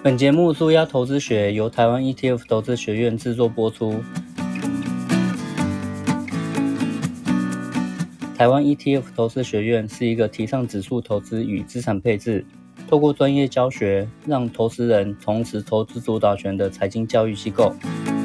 本节目舒压投资学由台湾 ETF 投资学院制作播出。台湾 ETF 投资学院是一个提倡指数投资与资产配置，透过专业教学，让投资人重拾投资主导权的财经教育机构。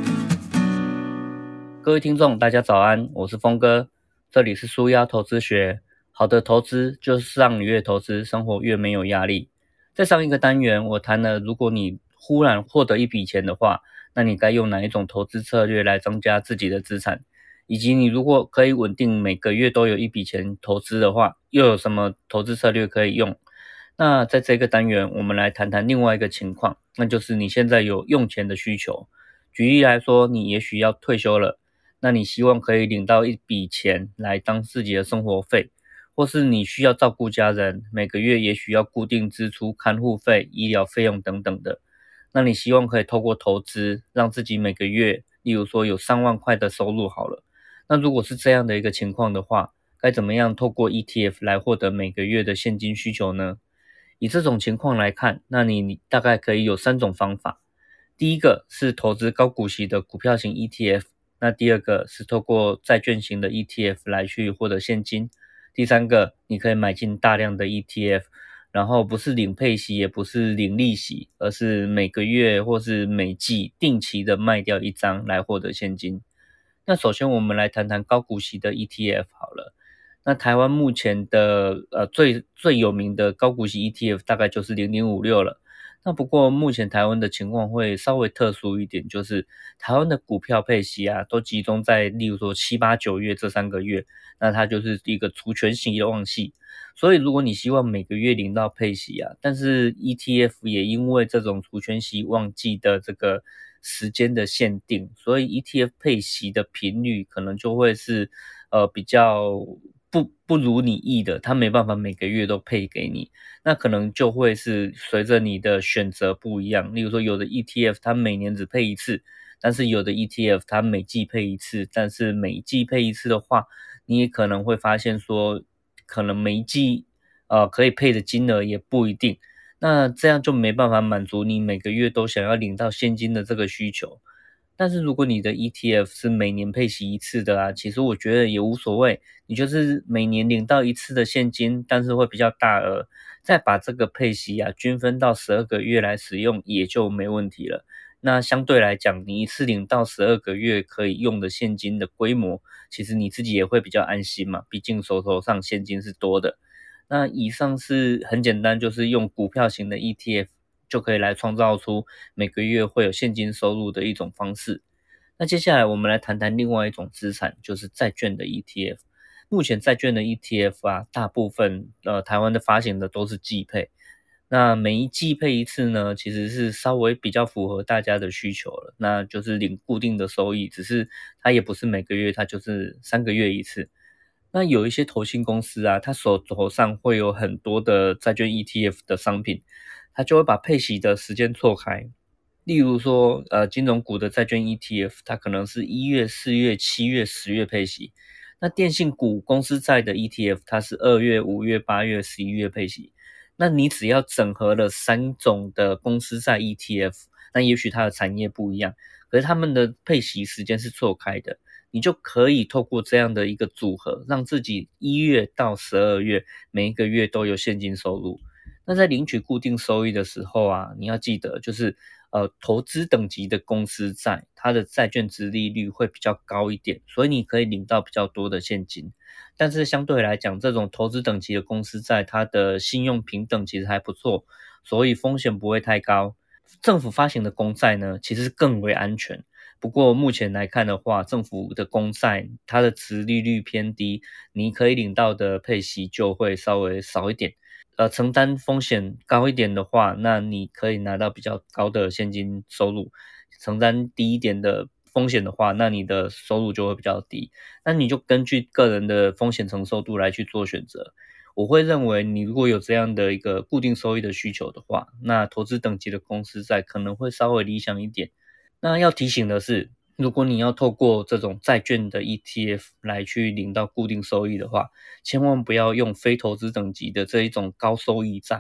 各位听众，大家早安，我是峰哥，这里是舒压投资学。好的投资就是让你越投资，生活越没有压力。在上一个单元，我谈了如果你忽然获得一笔钱的话，那你该用哪一种投资策略来增加自己的资产，以及你如果可以稳定每个月都有一笔钱投资的话，又有什么投资策略可以用。那在这个单元，我们来谈谈另外一个情况，那就是你现在有用钱的需求。举例来说，你也许要退休了，那你希望可以领到一笔钱来当自己的生活费，或是你需要照顾家人，每个月也许要固定支出看护费、医疗费用等等的，那你希望可以透过投资让自己每个月例如说有3万块的收入好了。那如果是这样的一个情况的话，该怎么样透过 ETF 来获得每个月的现金需求呢？以这种情况来看，那你大概可以有3种方法。第一个是投资高股息的股票型 ETF， 那第二个是透过债券型的 ETF 来去获得现金。第三个，你可以买进大量的 ETF， 然后不是领配息，也不是领利息，而是每个月或是每季定期的卖掉一张来获得现金。那首先我们来谈谈高股息的 ETF 好了。那台湾目前的最有名的高股息 ETF 大概就是0056了。那不过目前台湾的情况会稍微特殊一点，就是台湾的股票配息啊，都集中在例如说7、8、9月这3个月，那它就是一个除权息的旺季。所以如果你希望每个月领到配息啊，但是 ETF 也因为这种除权息旺季的这个时间的限定，所以 ETF 配息的频率可能就会是比较不如你意的，它没办法每个月都配给你，那可能就会是随着你的选择不一样。例如说有的 ETF 它每年只配一次，但是有的 ETF 它每季配一次，但是每季配一次的话，你也可能会发现说可能每一季可以配的金额也不一定，那这样就没办法满足你每个月都想要领到现金的这个需求。但是如果你的 ETF 是每年配息一次的啊，其实我觉得也无所谓，你就是每年领到一次的现金，但是会比较大额，再把这个配息啊均分到12个月来使用也就没问题了。那相对来讲，你一次领到12个月可以用的现金的规模，其实你自己也会比较安心嘛，毕竟手头上现金是多的。那以上是很简单，就是用股票型的 ETF就可以来创造出每个月会有现金收入的一种方式。那接下来我们来谈谈另外一种资产，就是债券的 ETF。目前债券的 ETF 啊，大部分台湾的发行的都是季配。那每一季配一次呢，其实是稍微比较符合大家的需求了，那就是领固定的收益，只是它也不是每个月，它就是3个月一次。那有一些投信公司啊，它手头上会有很多的债券 ETF 的商品，它就会把配息的时间错开。例如说金融股的债券 ETF， 它可能是1月、4月、7月、10月配息。那电信股公司债的 ETF， 它是2月、5月、8月、11月配息。那你只要整合了3种的公司债 ETF， 那也许它的产业不一样，可是它们的配息时间是错开的，你就可以透过这样的一个组合，让自己1月到12月每一个月都有现金收入。那在领取固定收益的时候啊，你要记得就是投资等级的公司债，它的债券殖利率会比较高一点，所以你可以领到比较多的现金。但是相对来讲，这种投资等级的公司债，它的信用评等其实还不错，所以风险不会太高。政府发行的公债呢，其实更为安全。不过目前来看的话，政府的公债它的殖利率偏低，你可以领到的配息就会稍微少一点。承担风险高一点的话，那你可以拿到比较高的现金收入；承担低一点的风险的话，那你的收入就会比较低。那你就根据个人的风险承受度来去做选择。我会认为你如果有这样的一个固定收益的需求的话，那投资等级的公司债可能会稍微理想一点。那要提醒的是，如果你要透过这种债券的 ETF 来去领到固定收益的话，千万不要用非投资等级的这一种高收益债。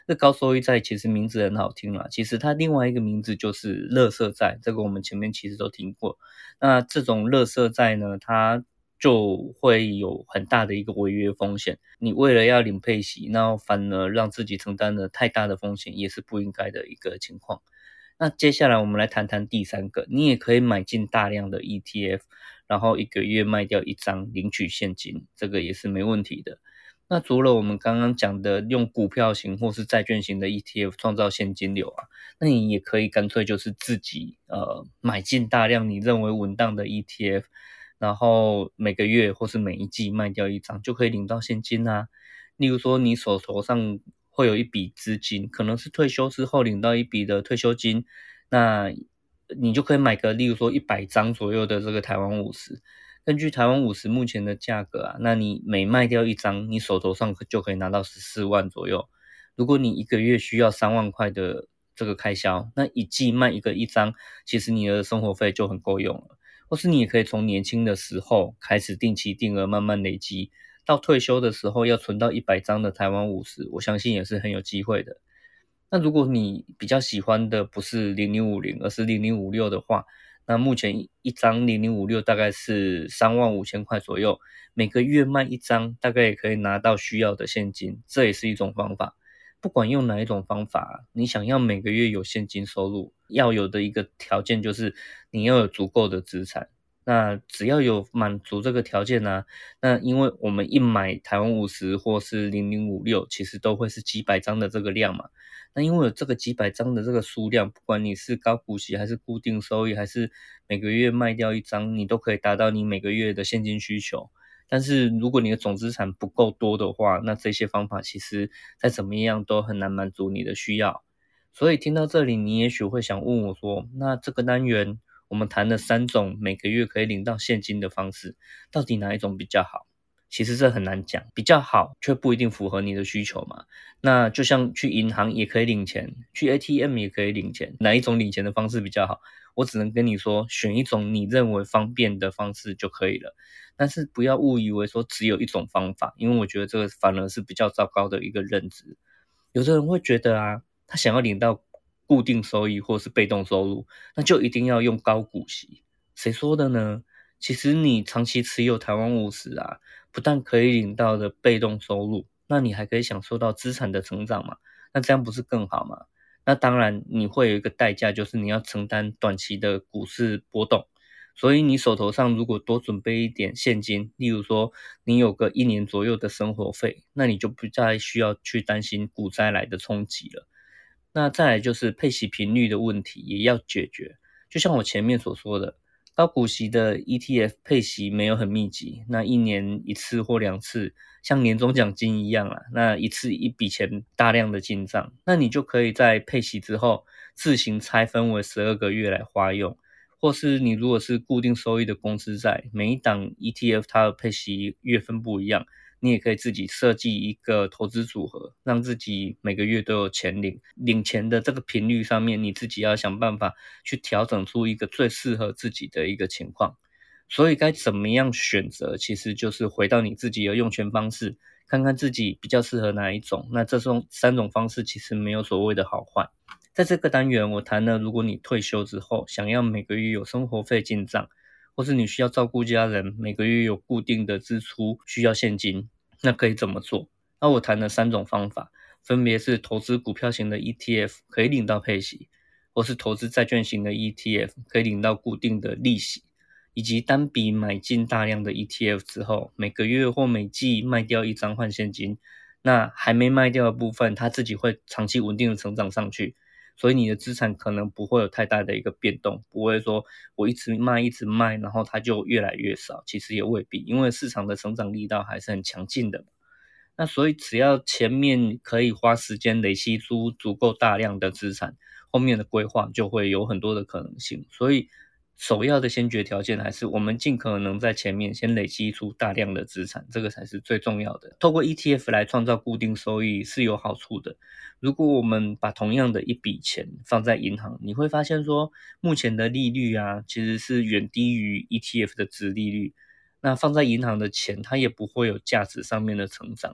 这高收益债其实名字很好听啦，其实它另外一个名字就是垃圾债，这个我们前面其实都听过。那这种垃圾债呢，它就会有很大的一个违约风险。你为了要领配息，那反而让自己承担了太大的风险，也是不应该的一个情况。那接下来我们来谈谈第三个，你也可以买进大量的 ETF， 然后一个月卖掉一张领取现金，这个也是没问题的。那除了我们刚刚讲的用股票型或是债券型的 ETF 创造现金流啊，那你也可以干脆就是自己买进大量你认为稳当的 ETF， 然后每个月或是每一季卖掉一张就可以领到现金啊。例如说你手头上会有一笔资金，可能是退休之后领到一笔的退休金，那你就可以买个例如说100张左右的这个台湾50，根据台湾50目前的价格啊，那你每卖掉一张，你手头上就可以拿到14万左右。如果你一个月需要3万块的这个开销，那一季卖一张，其实你的生活费就很够用了。或是你也可以从年轻的时候开始定期定额慢慢累积，到退休的时候要存到100张的台湾50，我相信也是很有机会的。那如果你比较喜欢的不是0050，而是0056的话，那目前一张0056大概是35000块左右，每个月卖一张，大概也可以拿到需要的现金，这也是一种方法。不管用哪一种方法，你想要每个月有现金收入，要有的一个条件就是你要有足够的资产。那只要有满足这个条件啊，那因为我们一买台湾50或是0056，其实都会是几百张的这个量嘛。那因为有这个几百张的这个数量，不管你是高股息还是固定收益，还是每个月卖掉一张，你都可以达到你每个月的现金需求。但是如果你的总资产不够多的话，那这些方法其实再怎么样都很难满足你的需要。所以听到这里，你也许会想问我说，那这个单元我们谈了3种每个月可以领到现金的方式，到底哪一种比较好？其实这很难讲，比较好却不一定符合你的需求嘛。那就像去银行也可以领钱，去 ATM 也可以领钱，哪一种领钱的方式比较好？我只能跟你说，选一种你认为方便的方式就可以了。但是不要误以为说只有一种方法，因为我觉得这个反而是比较糟糕的一个认知。有的人会觉得啊，他想要领到固定收益或是被动收入，那就一定要用高股息。谁说的呢？其实你长期持有台湾50啊，不但可以领到的被动收入，那你还可以享受到资产的成长嘛，那这样不是更好吗？那当然你会有一个代价，就是你要承担短期的股市波动。所以你手头上如果多准备一点现金，例如说你有个1年左右的生活费，那你就不再需要去担心股灾来的冲击了。那再来就是配息频率的问题也要解决，就像我前面所说的，高股息的 ETF 配息没有很密集，那1年1次或2次，像年终奖金一样啊，那一次一笔钱大量的进账，那你就可以在配息之后自行拆分为12个月来花用。或是你如果是固定收益的公司债，每一档 ETF 它的配息月份不一样，你也可以自己设计一个投资组合，让自己每个月都有钱领。领钱的这个频率上面，你自己要想办法去调整出一个最适合自己的一个情况。所以该怎么样选择，其实就是回到你自己的用钱方式，看看自己比较适合哪一种。那这种3种方式其实没有所谓的好坏。在这个单元我谈了，如果你退休之后想要每个月有生活费进账，或是你需要照顾家人，每个月有固定的支出需要现金，那可以怎么做？那我谈了3种方法，分别是投资股票型的 ETF 可以领到配息，或是投资债券型的 ETF 可以领到固定的利息，以及单笔买进大量的 ETF 之后，每个月或每季卖掉一张换现金，那还没卖掉的部分，它自己会长期稳定的成长上去。所以你的资产可能不会有太大的一个变动，不会说我一直卖，然后它就越来越少，其实也未必，因为市场的成长力道还是很强劲的。那所以只要前面可以花时间累积出足够大量的资产，后面的规划就会有很多的可能性。所以首要的先决条件还是我们尽可能在前面先累积出大量的资产，这个才是最重要的。透过 ETF 来创造固定收益是有好处的。如果我们把同样的一笔钱放在银行，你会发现说目前的利率啊，其实是远低于 ETF 的殖利率。那放在银行的钱，它也不会有价值上面的成长。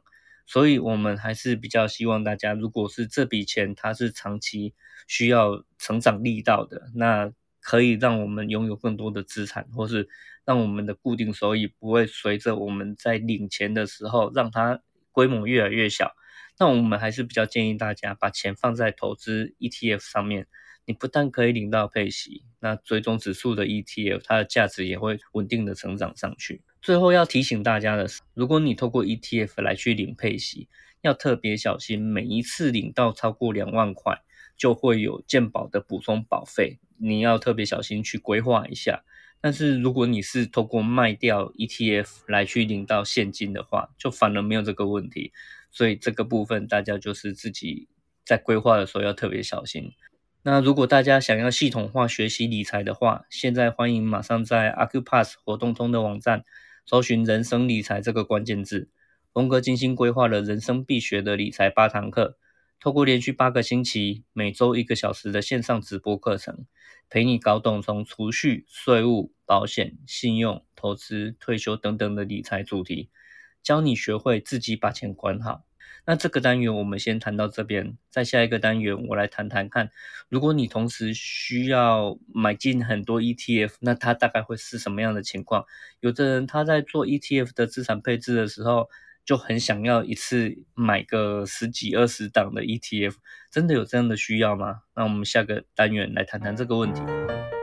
所以我们还是比较希望大家，如果是这笔钱它是长期需要成长力道的，那可以让我们拥有更多的资产，或是让我们的固定收益不会随着我们在领钱的时候让它规模越来越小。那我们还是比较建议大家把钱放在投资 ETF 上面，你不但可以领到配息，那追踪指数的 ETF 它的价值也会稳定的成长上去。最后要提醒大家的是，如果你透过 ETF 来去领配息，要特别小心，每一次领到超过2万块就会有健保的补充保费，你要特别小心去规划一下。但是如果你是透过卖掉 ETF 来去领到现金的话，就反而没有这个问题。所以这个部分大家就是自己在规划的时候要特别小心。那如果大家想要系统化学习理财的话，现在欢迎马上在 Acupass 活动通的网站搜寻人生理财这个关键字，峰哥精心规划了人生必学的理财8堂课，透过连续8个星期，每周1个小时的线上直播课程，陪你搞懂从储蓄、税务、保险、信用、投资、退休等等的理财主题，教你学会自己把钱管好。那这个单元我们先谈到这边，在下一个单元我来谈谈看，如果你同时需要买进很多 ETF， 那它大概会是什么样的情况？有的人他在做 ETF 的资产配置的时候，就很想要一次买个10几20档的 ETF， 真的有这样的需要吗？那我们下个单元来谈谈这个问题。